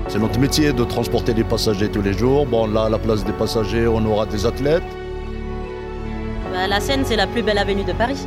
C'est notre métier de transporter des passagers tous les jours. Bon, là, à la place des passagers, on aura des athlètes. La Seine, c'est la plus belle avenue de Paris.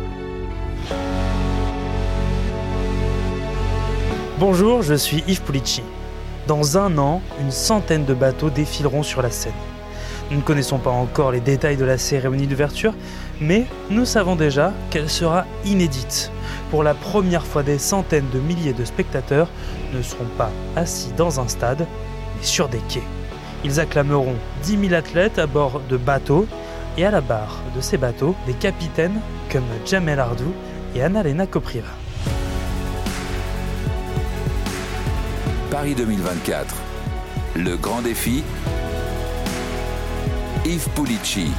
Bonjour, je suis Yves Pulici. Dans un an, une centaine de bateaux défileront sur la Seine. Nous ne connaissons pas encore les détails de la cérémonie d'ouverture, mais nous savons déjà qu'elle sera inédite. Pour la première fois, des centaines de milliers de spectateurs ne seront pas assis dans un stade, mais sur des quais. Ils acclameront 10 000 athlètes à bord de bateaux, et à la barre de ces bateaux, des capitaines comme Jamel Ardou et Annalena Kopriva. Paris 2024, le grand défi, Yves Pulici.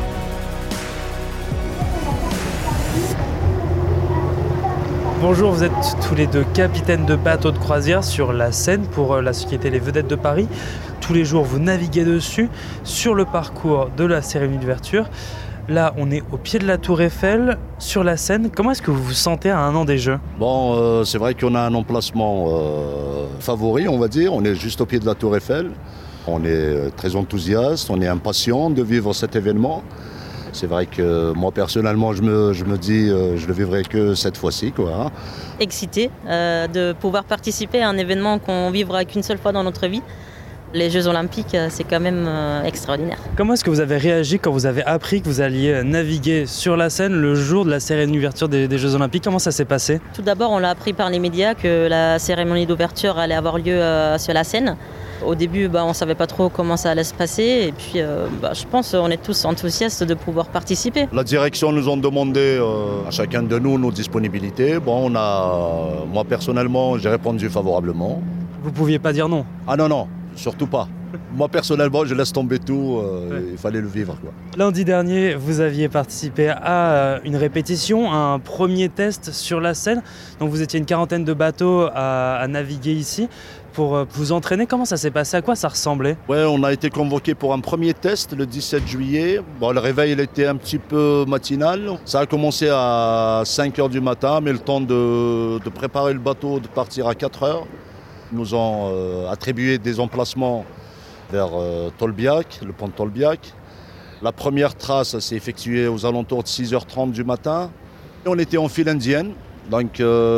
Bonjour, vous êtes tous les deux capitaines de bateaux de croisière sur la Seine pour la société Les Vedettes de Paris. Tous les jours, vous naviguez dessus sur le parcours de la cérémonie d'ouverture. Là, on est au pied de la Tour Eiffel, sur la Seine. Comment est-ce que vous vous sentez à un an des Jeux ? Bon, c'est vrai qu'on a un emplacement favori, on va dire. On est juste au pied de la Tour Eiffel. On est très enthousiaste, on est impatient de vivre cet événement. C'est vrai que moi, personnellement, je me dis, je le vivrai que cette fois-ci, quoi. Excité de pouvoir participer à un événement qu'on vivra qu'une seule fois dans notre vie. Les Jeux Olympiques, c'est quand même extraordinaire. Comment est-ce que vous avez réagi quand vous avez appris que vous alliez naviguer sur la Seine le jour de la cérémonie d'ouverture des Jeux Olympiques ? Comment ça s'est passé ? Tout d'abord, on l'a appris par les médias que la cérémonie d'ouverture allait avoir lieu sur la Seine. Au début, on ne savait pas trop comment ça allait se passer. Et puis, je pense qu'on est tous enthousiastes de pouvoir participer. La direction nous a demandé à chacun de nous nos disponibilités. Bon, moi, personnellement, j'ai répondu favorablement. Vous ne pouviez pas dire non ? Ah non. Surtout pas. Moi, personnellement, je laisse tomber tout. Il fallait le vivre, quoi. Lundi dernier, vous aviez participé à une répétition, à un premier test sur la Seine. Donc, vous étiez une quarantaine de bateaux à naviguer ici pour vous entraîner. Comment ça s'est passé ? À quoi ça ressemblait ? Ouais, on a été convoqués pour un premier test le 17 juillet. Bon, le réveil, il était un petit peu matinal. Ça a commencé à 5h du matin, mais le temps de préparer le bateau, de partir à 4h. Ils nous ont attribué des emplacements vers Tolbiac, le pont de Tolbiac. La première trace s'est effectuée aux alentours de 6h30 du matin. Et on était en file indienne, donc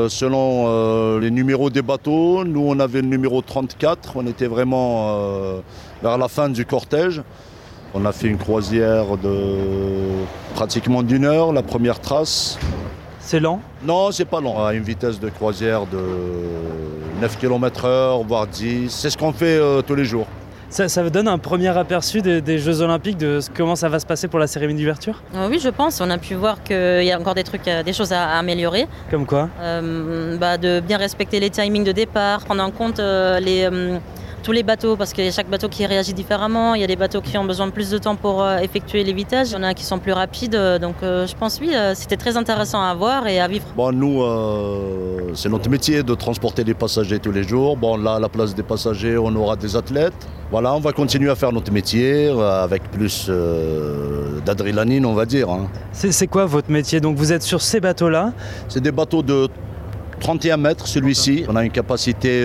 selon les numéros des bateaux, nous on avait le numéro 34, on était vraiment vers la fin du cortège. On a fait une croisière de pratiquement d'1 heure, la première trace. C'est lent ? Non, c'est pas lent. À une vitesse de croisière de 9 km/h, voire 10. C'est ce qu'on fait tous les jours. Ça vous donne un premier aperçu des Jeux Olympiques, de comment ça va se passer pour la cérémonie d'ouverture ? Oui, je pense. On a pu voir qu'il y a encore des choses à améliorer. Comme quoi ? De bien respecter les timings de départ, prendre en compte tous les bateaux, parce qu'il y a chaque bateau qui réagit différemment. Il y a des bateaux qui ont besoin de plus de temps pour effectuer les vitages. Il y en a qui sont plus rapides. Donc je pense, c'était très intéressant à voir et à vivre. Bon, nous, c'est notre métier de transporter des passagers tous les jours. Bon, là, à la place des passagers, on aura des athlètes. Voilà, on va continuer à faire notre métier avec plus d'adrénaline, on va dire. C'est quoi votre métier ? Donc vous êtes sur ces bateaux-là ? C'est des bateaux de 31 mètres, celui-ci. On a une capacité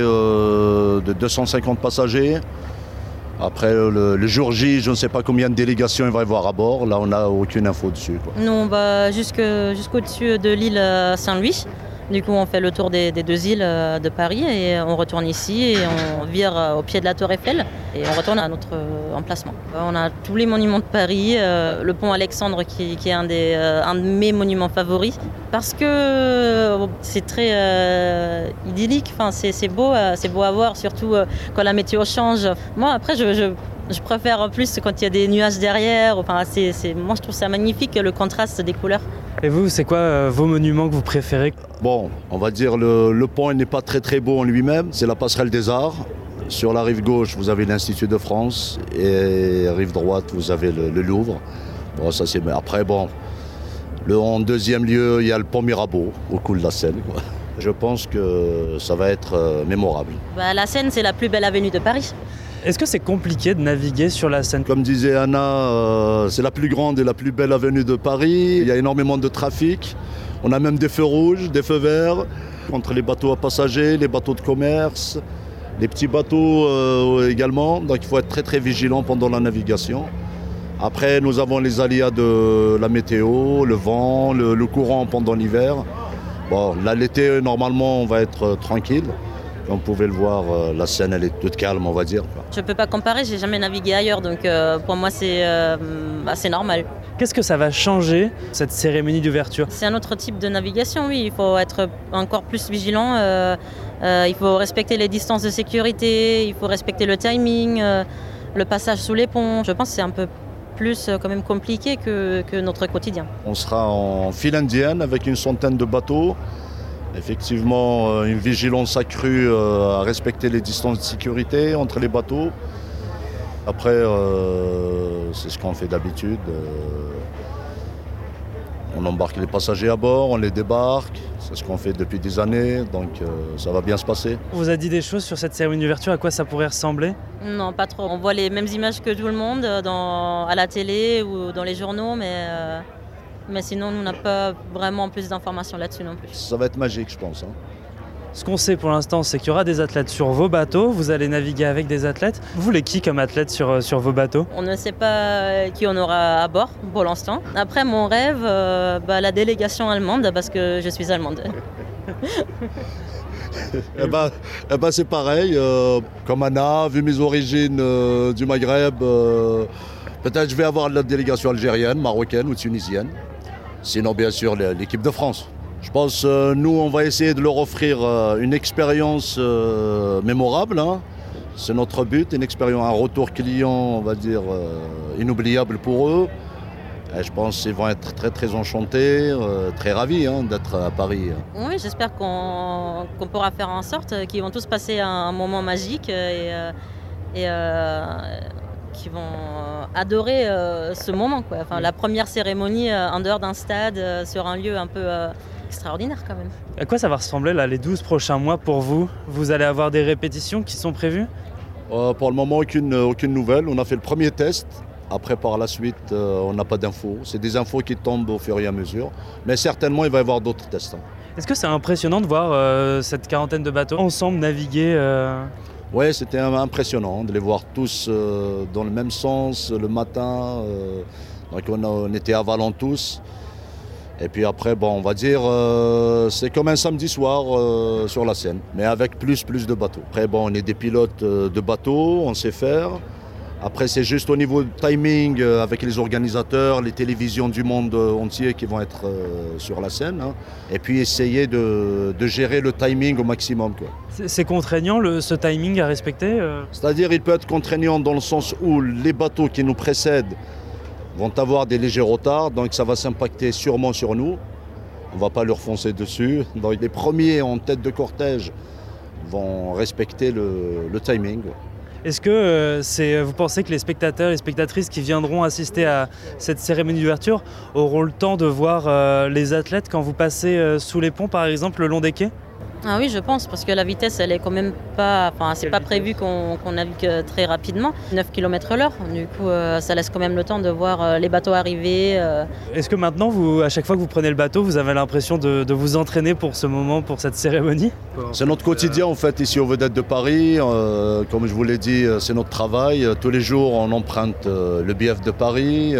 de 250 passagers. Après, le jour J, je ne sais pas combien de délégations il va y avoir à bord. Là, on n'a aucune info dessus, quoi. Nous, on va jusqu'au-dessus de l'île Saint-Louis. Du coup, on fait le tour des 2 îles de Paris et on retourne ici et on vire au pied de la Tour Eiffel et on retourne à notre emplacement. On a tous les monuments de Paris, le pont Alexandre qui est un de mes monuments favoris parce que c'est très idyllique. Enfin, c'est beau à voir, surtout quand la météo change. Moi, après, je préfère plus quand il y a des nuages derrière. Enfin, moi, je trouve ça magnifique, le contraste des couleurs. Et vous, c'est quoi vos monuments que vous préférez ? Bon, on va dire le pont n'est pas très très beau en lui-même. C'est la passerelle des Arts. Sur la rive gauche, vous avez l'Institut de France. Et rive droite, vous avez le Louvre. Bon, ça c'est... Après, bon, en deuxième lieu, il y a le pont Mirabeau, au cou de la Seine, quoi. Je pense que ça va être mémorable. La Seine, c'est la plus belle avenue de Paris. Est-ce que c'est compliqué de naviguer sur la Seine ? Comme disait Anna, c'est la plus grande et la plus belle avenue de Paris. Il y a énormément de trafic. On a même des feux rouges, des feux verts, entre les bateaux à passagers, les bateaux de commerce, Les petits bateaux également, donc il faut être très très vigilant pendant la navigation. Après, nous avons les aléas de la météo, le vent, le courant pendant l'hiver. Bon, là, l'été, normalement, on va être tranquille. Comme vous pouvez le voir, la Seine, elle est toute calme, on va dire. Je ne peux pas comparer, j'ai jamais navigué ailleurs, donc pour moi, c'est normal. Qu'est-ce que ça va changer, cette cérémonie d'ouverture? C'est un autre type de navigation, oui. Il faut être encore plus vigilant. Il faut respecter les distances de sécurité, il faut respecter le timing, le passage sous les ponts. Je pense que c'est un peu plus quand même compliqué que notre quotidien. On sera en file indienne avec une centaine de bateaux. Effectivement, une vigilance accrue à respecter les distances de sécurité entre les bateaux. Après, c'est ce qu'on fait d'habitude. On embarque les passagers à bord, on les débarque. C'est ce qu'on fait depuis des années, donc ça va bien se passer. On vous a dit des choses sur cette cérémonie d'ouverture, à quoi ça pourrait ressembler? Non, pas trop. On voit les mêmes images que tout le monde à la télé ou dans les journaux, mais sinon, on n'a pas vraiment plus d'informations là-dessus non plus. Ça va être magique, je pense. Ce qu'on sait pour l'instant, c'est qu'il y aura des athlètes sur vos bateaux. Vous allez naviguer avec des athlètes. Vous voulez qui comme athlète sur vos bateaux? On ne sait pas qui on aura à bord pour l'instant. Après, mon rêve, la délégation allemande, parce que je suis allemande. C'est pareil. Comme Anna, vu mes origines du Maghreb, peut-être je vais avoir la délégation algérienne, marocaine ou tunisienne. Sinon, bien sûr, l'équipe de France. Je pense nous, on va essayer de leur offrir une expérience mémorable. C'est notre but, un retour client, on va dire, inoubliable pour eux. Et je pense qu'ils vont être très très enchantés, très ravis d'être à Paris. Oui, j'espère qu'on pourra faire en sorte qu'ils vont tous passer un moment magique et qu'ils vont adorer ce moment, quoi. Enfin, la première cérémonie en dehors d'un stade sur un lieu un peu extraordinaire quand même. À quoi ça va ressembler là, les 12 prochains mois pour vous? Vous allez avoir des répétitions qui sont prévues? Pour le moment, aucune nouvelle. On a fait le premier test. Après, par la suite, on n'a pas d'infos. C'est des infos qui tombent au fur et à mesure. Mais certainement, il va y avoir d'autres tests. Est-ce que c'est impressionnant de voir cette quarantaine de bateaux ensemble naviguer Oui, c'était impressionnant de les voir tous dans le même sens le matin. Donc on était avalants tous. Et puis après, on va dire, c'est comme un samedi soir sur la Seine, mais avec plus de bateaux. Après, on est des pilotes de bateaux, on sait faire. Après, c'est juste au niveau du timing avec les organisateurs, les télévisions du monde entier qui vont être sur la scène. Et puis essayer de gérer le timing au maximum. C'est contraignant ce timing à respecter C'est-à-dire il peut être contraignant dans le sens où les bateaux qui nous précèdent vont avoir des légers retards, donc ça va s'impacter sûrement sur nous. On ne va pas leur foncer dessus. Donc les premiers en tête de cortège vont respecter le timing. Est-ce que vous pensez que les spectateurs et les spectatrices qui viendront assister à cette cérémonie d'ouverture auront le temps de voir les athlètes quand vous passez sous les ponts, par exemple, le long des quais? Ah oui, je pense, parce que la vitesse, elle est quand même pas... Enfin, c'est pas prévu qu'on navigue très rapidement, 9 km/h. Du coup, ça laisse quand même le temps de voir les bateaux arriver. Est-ce que maintenant, à chaque fois que vous prenez le bateau, vous avez l'impression de vous entraîner pour ce moment, pour cette cérémonie? C'est notre quotidien, en fait, ici aux Vedettes de Paris. Comme je vous l'ai dit, c'est notre travail. Tous les jours, on emprunte le bief de Paris.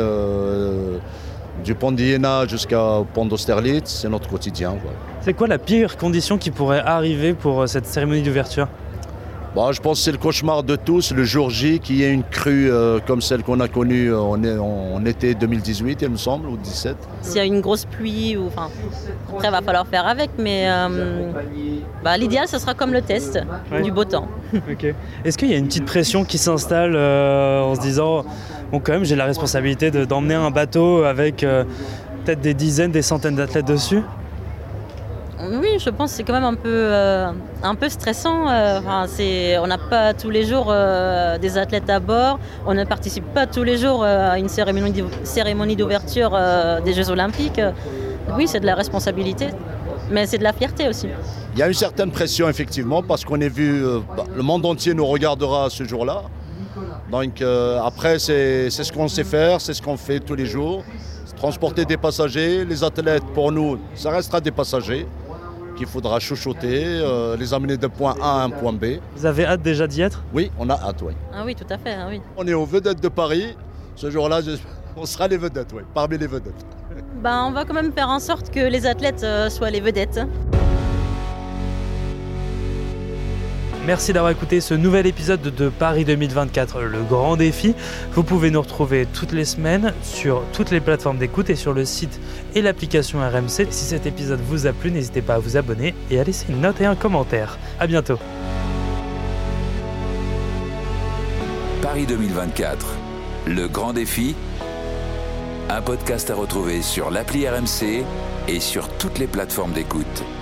Du pont d'Iéna jusqu'au pont d'Austerlitz, c'est notre quotidien. C'est quoi la pire condition qui pourrait arriver pour cette cérémonie d'ouverture? Je pense que c'est le cauchemar de tous, le jour J, qu'il y ait une crue comme celle qu'on a connue en été 2018, il me semble, ou 2017. S'il y a une grosse pluie, après il va falloir faire avec, mais l'idéal ce sera comme le test, du beau temps. Okay. Est-ce qu'il y a une petite pression qui s'installe en se disant quand même j'ai la responsabilité d'emmener un bateau avec peut-être des dizaines, des centaines d'athlètes dessus? Oui, je pense que c'est quand même un peu stressant. On n'a pas tous les jours des athlètes à bord. On ne participe pas tous les jours à une cérémonie d'ouverture des Jeux Olympiques. Oui, c'est de la responsabilité, mais c'est de la fierté aussi. Il y a une certaine pression, effectivement, parce qu'on est vu, le monde entier nous regardera ce jour-là. Donc après, c'est ce qu'on sait faire, c'est ce qu'on fait tous les jours. Transporter des passagers, les athlètes, pour nous, ça restera des passagers qu'il faudra chouchouter, les amener d'un point A à un point B. Vous avez hâte déjà d'y être ? Oui, on a hâte, oui. Ah oui, tout à fait, ah oui. On est aux vedettes de Paris. Ce jour-là, on sera les vedettes, oui, parmi les vedettes. On va quand même faire en sorte que les athlètes soient les vedettes. Merci d'avoir écouté ce nouvel épisode de Paris 2024, le grand défi. Vous pouvez nous retrouver toutes les semaines sur toutes les plateformes d'écoute et sur le site et l'application RMC. Si cet épisode vous a plu, n'hésitez pas à vous abonner et à laisser une note et un commentaire. À bientôt. Paris 2024, le grand défi. Un podcast à retrouver sur l'appli RMC et sur toutes les plateformes d'écoute.